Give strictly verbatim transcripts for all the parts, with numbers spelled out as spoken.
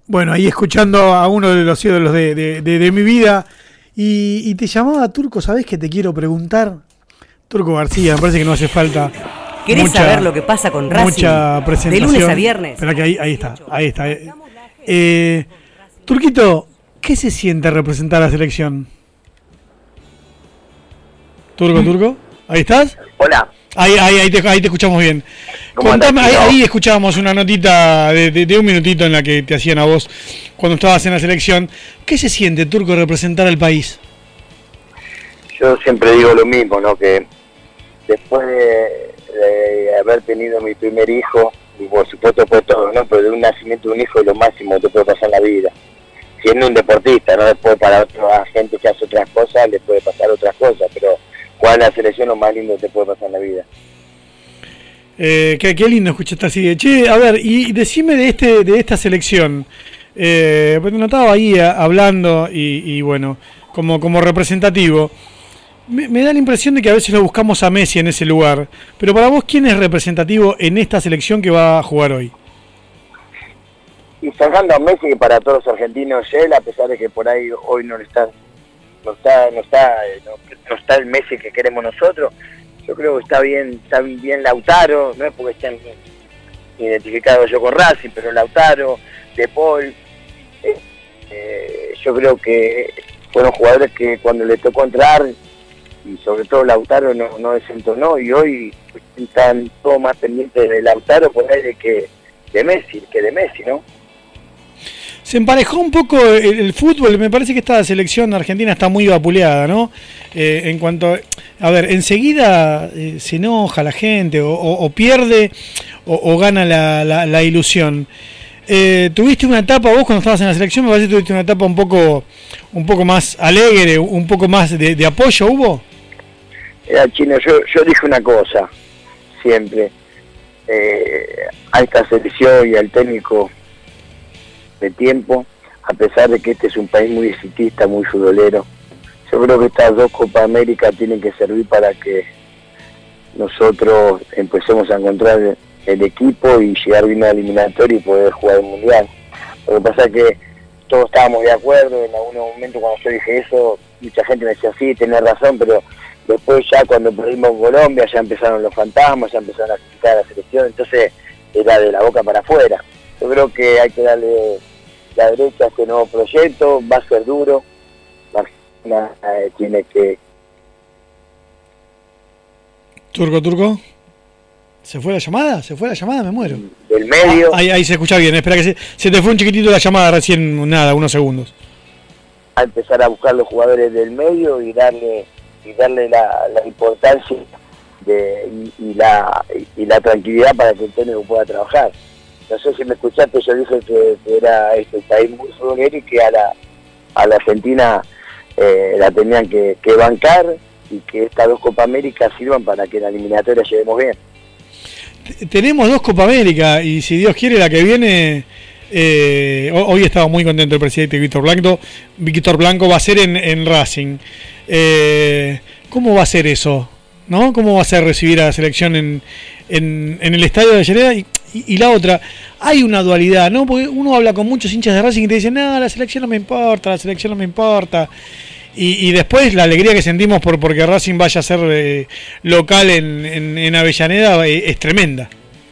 Bueno, ahí escuchando a uno de los ídolos de, de, de, de mi vida. Y, y te llamaba Turco, ¿sabés qué te quiero preguntar? Turco García, me parece que no hace falta. ¿Querés mucha, saber lo que pasa con Racing? Mucha presentación. De lunes a viernes. Espera que ahí, ahí está, ahí está. Eh, Turquito, ¿qué se siente representar a la selección? Turco, Turco, ¿ahí estás? Hola. Ahí, ahí, ahí, te, ahí te escuchamos bien. Contame, ahí, ahí escuchábamos una notita de, de, de un minutito en la que te hacían a vos cuando estabas en la selección. ¿Qué se siente, Turco, representar al país? Yo siempre digo lo mismo, ¿no? Que después de, de haber tenido mi primer hijo, y por supuesto fue todo, ¿no? Pero de un nacimiento de un hijo es lo máximo que te puede pasar en la vida. Siendo un deportista, ¿no? Después para otra gente que hace otras cosas, le puede pasar otras cosas, pero jugar en la selección es lo más lindo que te puede pasar en la vida. Eh, qué, qué lindo escucharte así. Che, a ver, y decime de este de esta selección. Eh, pues no estaba ahí a, hablando y, y bueno, como, como representativo. Me, me da la impresión de que a veces lo buscamos a Messi en ese lugar. Pero para vos, ¿quién es representativo en esta selección que va a jugar hoy? Y sacando a Messi, que para todos los argentinos es él, a pesar de que por ahí hoy no está, no está, no está, no, no está el Messi que queremos nosotros. Yo creo que está bien, está bien Lautaro, no es porque estén identificados yo con Racing, pero Lautaro, De Paul, eh, eh, yo creo que fueron jugadores que cuando le tocó entrar, y sobre todo Lautaro no, no desentonó, y hoy están todos más pendientes de Lautaro por ahí de que de Messi, que de Messi, ¿no? Se emparejó un poco el, el fútbol, me parece que esta selección argentina está muy vapuleada, ¿no? Eh, en cuanto, a ver, enseguida eh, se enoja la gente, o, o, o pierde, o, o gana la, la, la ilusión. Eh, tuviste una etapa, vos cuando estabas en la selección, me parece que tuviste una etapa un poco, un poco más alegre, un poco más de, de apoyo, ¿hubo? Era Chino, yo, yo dije una cosa, siempre, eh, a esta selección y al técnico de tiempo, a pesar de que este es un país muy exitista, muy futbolero, yo creo que estas dos Copa América tienen que servir para que nosotros empecemos a encontrar el equipo y llegar bien a eliminatorio y poder jugar el Mundial. Lo que pasa es que todos estábamos de acuerdo, en algún momento cuando yo dije eso, mucha gente me decía, sí, tenés razón, pero después ya cuando perdimos Colombia ya empezaron los fantasmas, ya empezaron a criticar a la selección, entonces era de la boca para afuera. Yo creo que hay que darle la derecha a este nuevo proyecto, va a ser duro, Argentina eh, tiene que... Turco, Turco. ¿Se fue la llamada? ¿Se fue la llamada? Me muero. Del medio. Ah, ahí, ahí se escucha bien, espera que se, se te fue un chiquitito la llamada recién, nada, unos segundos. A empezar a buscar los jugadores del medio y darle y darle la, la importancia de, y, y, la, y la tranquilidad para que el técnico pueda trabajar. No sé si me escuchaste, yo dije que, que era este país muy futbolero y que a la, a la Argentina eh, la tenían que, que bancar y que estas dos Copa América sirvan para que la eliminatoria llevemos bien. Tenemos dos Copa América y si Dios quiere la que viene, eh, hoy estaba muy contento el presidente Víctor Blanco, Víctor Blanco va a ser en, en Racing. Eh, ¿Cómo va a ser eso? ¿No? ¿Cómo va a ser recibir a la selección en, en, en el estadio de Avellaneda? Y, y, y la otra, hay una dualidad, ¿no? Porque uno habla con muchos hinchas de Racing y te dicen, no, la selección no me importa, la selección no me importa. Y, y después la alegría que sentimos por porque Racing vaya a ser eh, local en, en, en Avellaneda eh, es tremenda.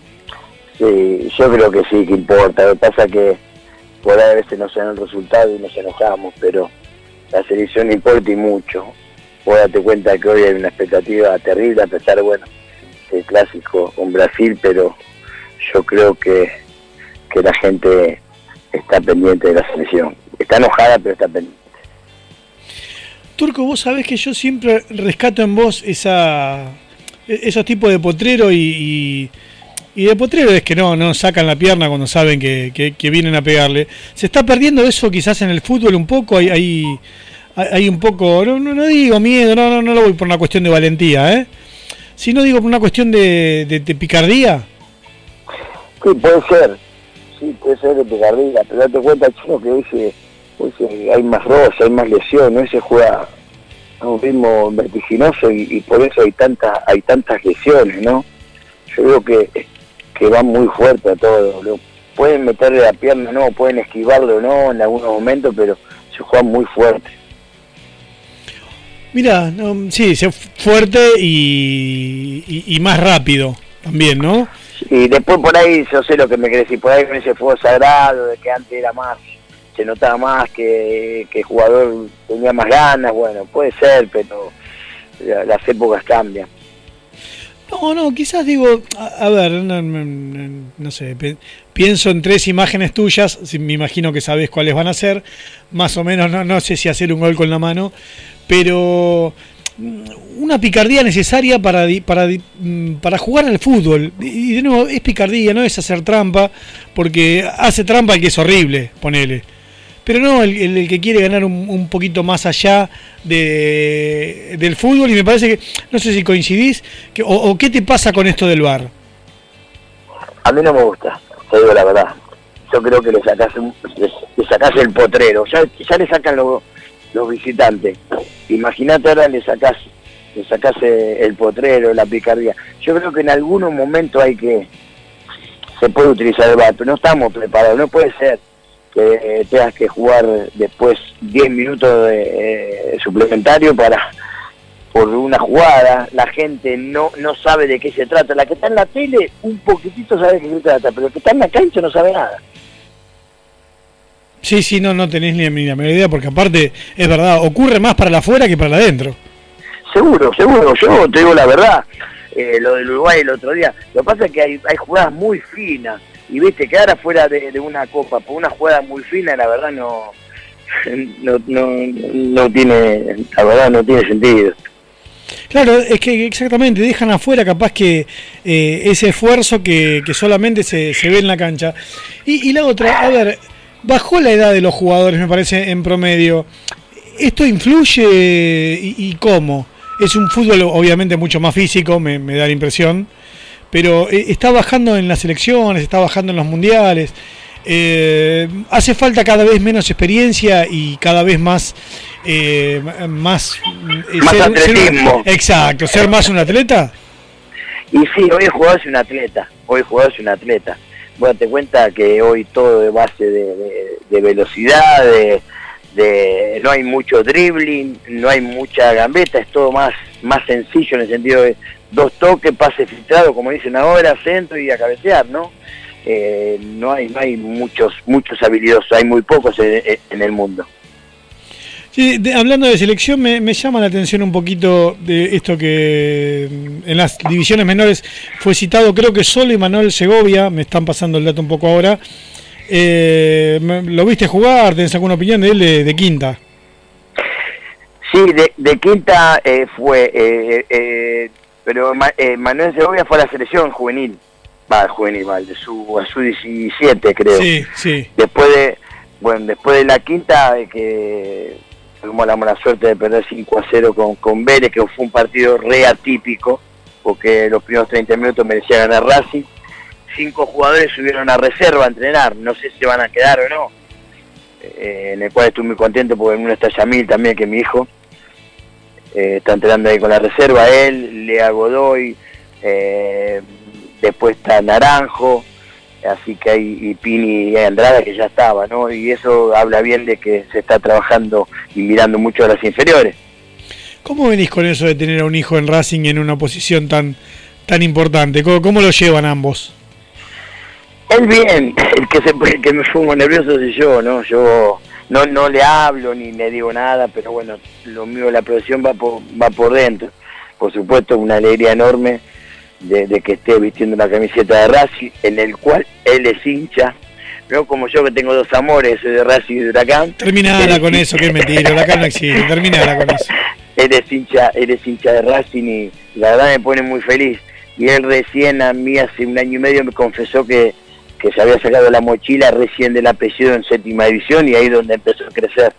Sí, yo creo que sí, que importa. Lo que pasa es que por ahí a veces no se dan el resultado y nos enojamos, pero la selección importa y mucho. Vos date cuenta que hoy hay una expectativa terrible, a pesar, bueno, del clásico con Brasil, pero yo creo que, que la gente está pendiente de la selección. Está enojada, pero está pendiente. Turco, vos sabés que yo siempre rescato en vos esa esos tipos de potrero y, y, y de potrero es que no, no sacan la pierna cuando saben que, que, que vienen a pegarle. ¿Se está perdiendo eso quizás en el fútbol un poco? Hay, hay, hay un poco, no, no, no digo miedo, no, no, no lo voy por una cuestión de valentía, ¿eh? Sino digo por una cuestión de, de, de picardía. Sí, puede ser, sí, puede ser de picardía, pero date cuenta, Chino, que hoy se... Pues hay más roce, hay más lesión, hoy se juega a un ritmo vertiginoso y, y por eso hay tantas hay tantas lesiones, ¿no? Yo creo que, que va muy fuerte a todo, ¿no? pueden meterle la pierna, no, pueden esquivarlo, no, en algunos momentos, pero se juega muy fuerte. Mira, no, sí, fuerte y, y, y más rápido también, ¿no? Y después por ahí, yo sé lo que me querés decir, por ahí con ese fuego sagrado, de que antes era más, se notaba más que, que el jugador tenía más ganas, bueno, puede ser, pero las épocas cambian. No, no, quizás digo, a, a ver, no, no, no sé, pe, pienso en tres imágenes tuyas, me imagino que sabés cuáles van a ser, más o menos, no, no sé si hacer un gol con la mano, pero una picardía necesaria para para para jugar al fútbol. Y de nuevo, es picardía, no es hacer trampa, porque hace trampa el que es horrible, ponele. Pero no, el, el, el que quiere ganar un, un poquito más allá de, del fútbol, y me parece que, no sé si coincidís, que, o, o qué te pasa con esto del V A R. A mí no me gusta, te digo la verdad. Yo creo que le sacás, un, le, le sacás el potrero, ya, ya le sacan los, los visitantes. Imagínate ahora le sacás, le sacás el potrero, la picardía. Yo creo que en algunos momentos hay que, se puede utilizar el V A R, pero no estamos preparados, no puede ser que tengas que jugar después diez minutos de eh, suplementario para por una jugada. La gente no no sabe de qué se trata. La que está en la tele un poquitito sabe de qué se trata, pero el que está en la cancha no sabe nada. Sí, sí, no, no tenés ni, ni la menor idea, porque aparte, es verdad, ocurre más para la afuera que para la adentro. Seguro, seguro, yo te digo la verdad, eh, lo del Uruguay el otro día, lo que pasa es que hay, hay jugadas muy finas, y viste, quedar afuera de, de una copa por una jugada muy fina, la verdad no, no, no, no tiene, la verdad no tiene sentido. Claro, es que exactamente, dejan afuera capaz que eh, ese esfuerzo que, que solamente se, se ve en la cancha. Y, y la otra, a ver, bajó la edad de los jugadores, me parece, en promedio. ¿Esto influye y, y cómo? Es un fútbol obviamente mucho más físico, me, me da la impresión, pero eh, está bajando en las selecciones, está bajando en los mundiales. Eh, hace falta cada vez menos experiencia y cada vez más eh, más, eh, más ser, atletismo. Ser, exacto, ser más un atleta. Y sí, hoy el jugador es un atleta, hoy el jugador es un atleta. Bueno, te cuenta que hoy todo de base de, de, de velocidad, de, de no hay mucho dribbling, no hay mucha gambeta, es todo más, más sencillo en el sentido de dos toques, pase filtrado, como dicen ahora, centro y a cabecear, ¿no? Eh, no hay no hay muchos muchos habilidosos, hay muy pocos en, en el mundo. Sí, de, hablando de selección, me, me llama la atención un poquito de esto que en las divisiones menores fue citado, creo que solo Imanol Segovia, me están pasando el dato un poco ahora. Eh, ¿Lo viste jugar? ¿Tenés alguna opinión de él de, de Quinta? Sí, de, de Quinta eh, fue, eh, eh, pero eh, Manuel Segovia fue a la selección juvenil. Va, juvenil, va, de su, a su diecisiete, creo. Sí, sí. Después de, bueno, después de la Quinta, de que tuvimos la mala suerte de perder cinco a cero con, con Vélez, que fue un partido re atípico, porque los primeros treinta minutos merecía ganar Racing. Cinco jugadores subieron a reserva a entrenar, no sé si van a quedar o no, eh, en el cual estoy muy contento, porque en uno está Yamil también, que es mi hijo, eh, está entrenando ahí con la reserva, él, Lea Godoy, eh, después está Naranjo, así que hay y Pini y Andrada, que ya estaba, ¿no? Y eso habla bien de que se está trabajando y mirando mucho a las inferiores. ¿Cómo venís con eso de tener a un hijo en Racing en una posición tan tan importante? ¿Cómo, cómo lo llevan ambos? Él bien, el que se el que me pongo nervioso soy yo, ¿no? Yo no no le hablo ni le digo nada, pero bueno, lo mío, la profesión va por, va por dentro. Por supuesto, una alegría enorme De, de que esté vistiendo la camiseta de Racing, en el cual él es hincha, no como yo que tengo dos amores, soy de Racing y de Huracán. Terminala con eso, que es mentira, Huracán no existe, terminala con eso. Él es hincha, él es hincha de Racing y la verdad me pone muy feliz. Y él recién a mí hace un año y medio me confesó que, que se había sacado la mochila recién del apellido en séptima división, y ahí es donde empezó a crecer.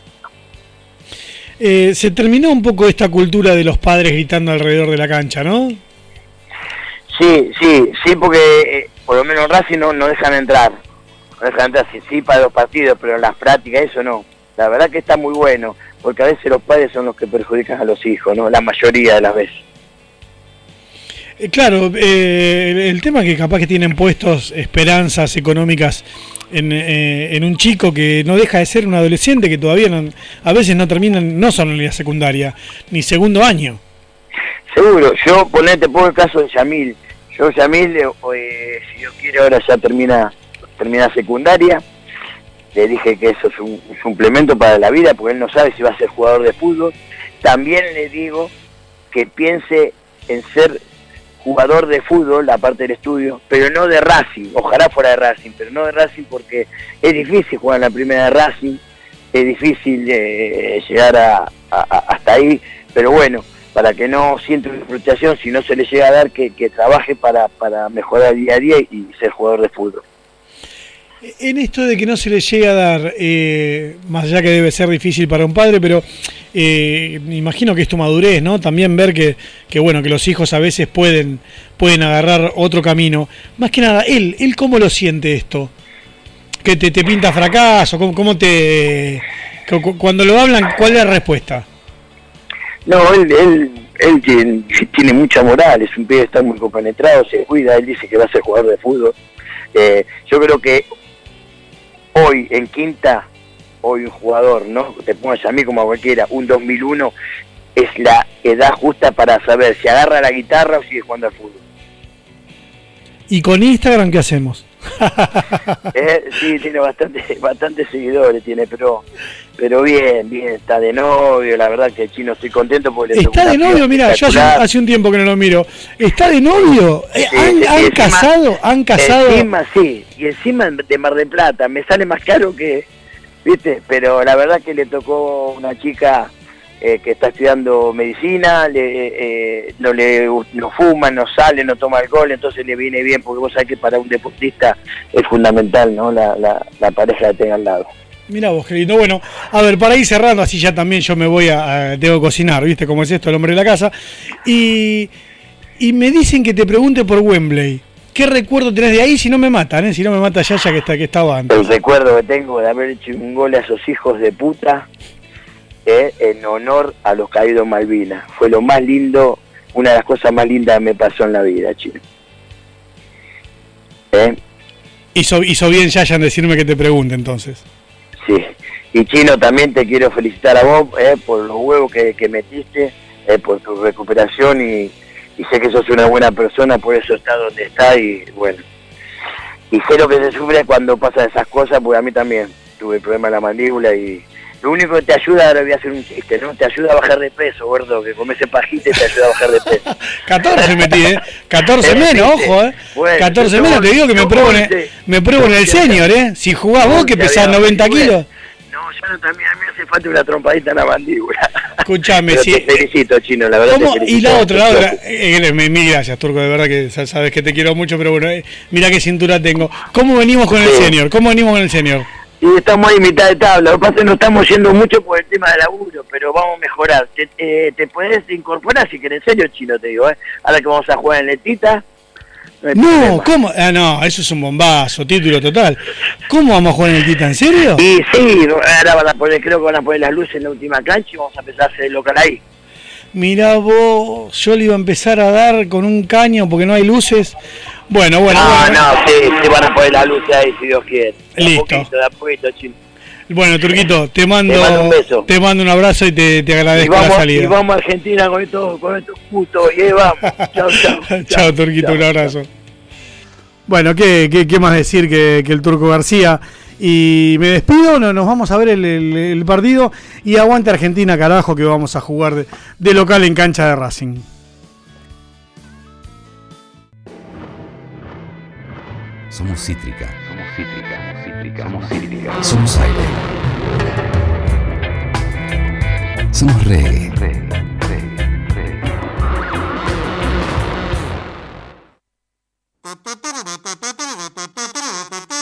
Eh, se terminó un poco esta cultura de los padres gritando alrededor de la cancha, ¿no? Sí, sí, sí, porque eh, por lo menos Racing no, no dejan entrar, no dejan entrar, sí, sí para los partidos, pero en las prácticas eso no. La verdad que está muy bueno, porque a veces los padres son los que perjudican a los hijos, ¿no? La mayoría de las veces. Eh, claro, eh, el, el tema es que capaz que tienen puestos esperanzas económicas en, eh, en un chico que no deja de ser un adolescente, que todavía no, a veces no terminan, no son en la secundaria, ni segundo año. Seguro, yo ponete, pongo el caso de Yamil. Yo Yamil, eh, si Dios quiere ahora ya termina, termina secundaria. Le dije que eso es un, un suplemento para la vida, porque él no sabe si va a ser jugador de fútbol. También le digo que piense en ser jugador de fútbol, aparte del estudio, pero no de Racing, ojalá fuera de Racing, pero no de Racing porque es difícil jugar en la primera de Racing, es difícil eh, llegar a, a, a, hasta ahí, pero bueno, para que no sienta una frustración, si no se le llega a dar, que, que trabaje para, para mejorar día a día y, y ser jugador de fútbol. En esto de que no se le llega a dar, eh, más allá que debe ser difícil para un padre, pero eh, me imagino que es tu madurez, ¿no? También ver que, que bueno, que los hijos a veces pueden, pueden agarrar otro camino. Más que nada, él, él ¿cómo lo siente esto? ¿Que te, te pinta fracaso? ¿Cómo, cómo te... Cuando lo hablan, ¿cuál es la respuesta? No, él, él, él tiene, tiene mucha moral, es un pibe que está muy compenetrado, se cuida, él dice que va a ser jugador de fútbol. Eh, yo creo que hoy en quinta, hoy un jugador, ¿no? Te pongas a mí como a cualquiera, un dos mil uno es la edad justa para saber si agarra la guitarra o sigue jugando al fútbol. ¿Y con Instagram qué hacemos? eh, sí, tiene bastante, bastantes seguidores, tiene, pero pero bien, bien, está de novio, la verdad que el Chino estoy contento porque le ¿Está de novio? Mira, yo hace, hace un tiempo que no lo miro. ¿Está de novio? Sí, ¿Han, sí, han encima, casado? ¿Han casado? Encima sí, y encima de Mar del Plata, me sale más caro que, ¿viste? Pero la verdad que le tocó una chica eh, que está estudiando medicina, le, eh, no le no fuma, no sale, no toma alcohol, entonces le viene bien, porque vos sabés que para un deportista es fundamental, ¿no? La, la, la pareja que tenga al lado. Mirá vos, qué lindo. Bueno, a ver, para ir cerrando, así ya también yo me voy a, a tengo que cocinar, ¿viste? Como es esto, el hombre de la casa. Y, y me dicen que te pregunte por Wembley. ¿Qué recuerdo tenés de ahí? Si no me matan, ¿eh? Si no me mata Yaya, que, está, que estaba antes. El recuerdo que tengo de haber hecho un gol a esos hijos de puta, eh, en honor a los caídos Malvinas. Fue lo más lindo, una de las cosas más lindas que me pasó en la vida, Chino. ¿Eh? Hizo, hizo bien Yaya en decirme que te pregunte, entonces. Sí, y Chino, también te quiero felicitar a vos eh, por los huevos que, que metiste, eh, por tu recuperación y, y sé que sos una buena persona, por eso estás donde estás y bueno, y sé lo que se sufre cuando pasan esas cosas, porque a mí también tuve problema en la mandíbula y lo único que te ayuda, ahora voy a hacer un chiste, ¿no? Te ayuda a bajar de peso, gordo, que comes pajita y te ayuda a bajar de peso. catorce metí, ¿eh? catorce menos, ojo, ¿eh? Bueno, catorce menos, te digo que me pruebo, en, me pruebo en el senior, ¿eh? Si jugás vos que pesás noventa kilos. No, yo no, también a mí hace falta una trompadita en la mandíbula. Escuchame, sí. Te felicito, Chino, la verdad. ¿Cómo? Te felicito. Y la otra, la otra. Eh, mil gracias, Turco, de verdad que sabes que te quiero mucho, pero bueno, eh, mira qué cintura tengo. ¿Cómo venimos con sí. el senior? ¿Cómo venimos con el senior? Y estamos ahí en mitad de tabla, lo que pasa es que no estamos yendo mucho por el tema del laburo, pero vamos a mejorar. Te, eh, te puedes incorporar si querés, en serio, Chino, te digo, ¿eh? Ahora que vamos a jugar en Letita. No, no ¿cómo? Ah, no, eso es un bombazo, título total. ¿Cómo vamos a jugar en el Tita? ¿En serio? Y sí, ahora van a poner, creo que van a poner las luces en la última cancha y vamos a empezar a hacer el local ahí. Mirá vos, yo le iba a empezar a dar con un caño porque no hay luces. Bueno, bueno. No, bueno. no, sí, sí van a poner las luces ahí si Dios quiere. Listo. De a poquito, de a poquito, Chino. Bueno, Turquito, te mando, te mando un beso. Te mando un abrazo y te, te agradezco y vamos, la salida. Y vamos a Argentina con estos, con estos putos. Y ahí vamos. Chao, chao. Chao, Turquito, chau, un abrazo. Chau. Bueno, ¿qué, qué, qué más decir que, que el Turco García? Y me despido, no, nos vamos a ver el, el, el partido y aguante Argentina, carajo, que vamos a jugar de, de local en cancha de Racing. Somos Cítrica. Somos Cítrica. Cítrica. Somos Cítrica. Somos aire. Somos reggae. reggae.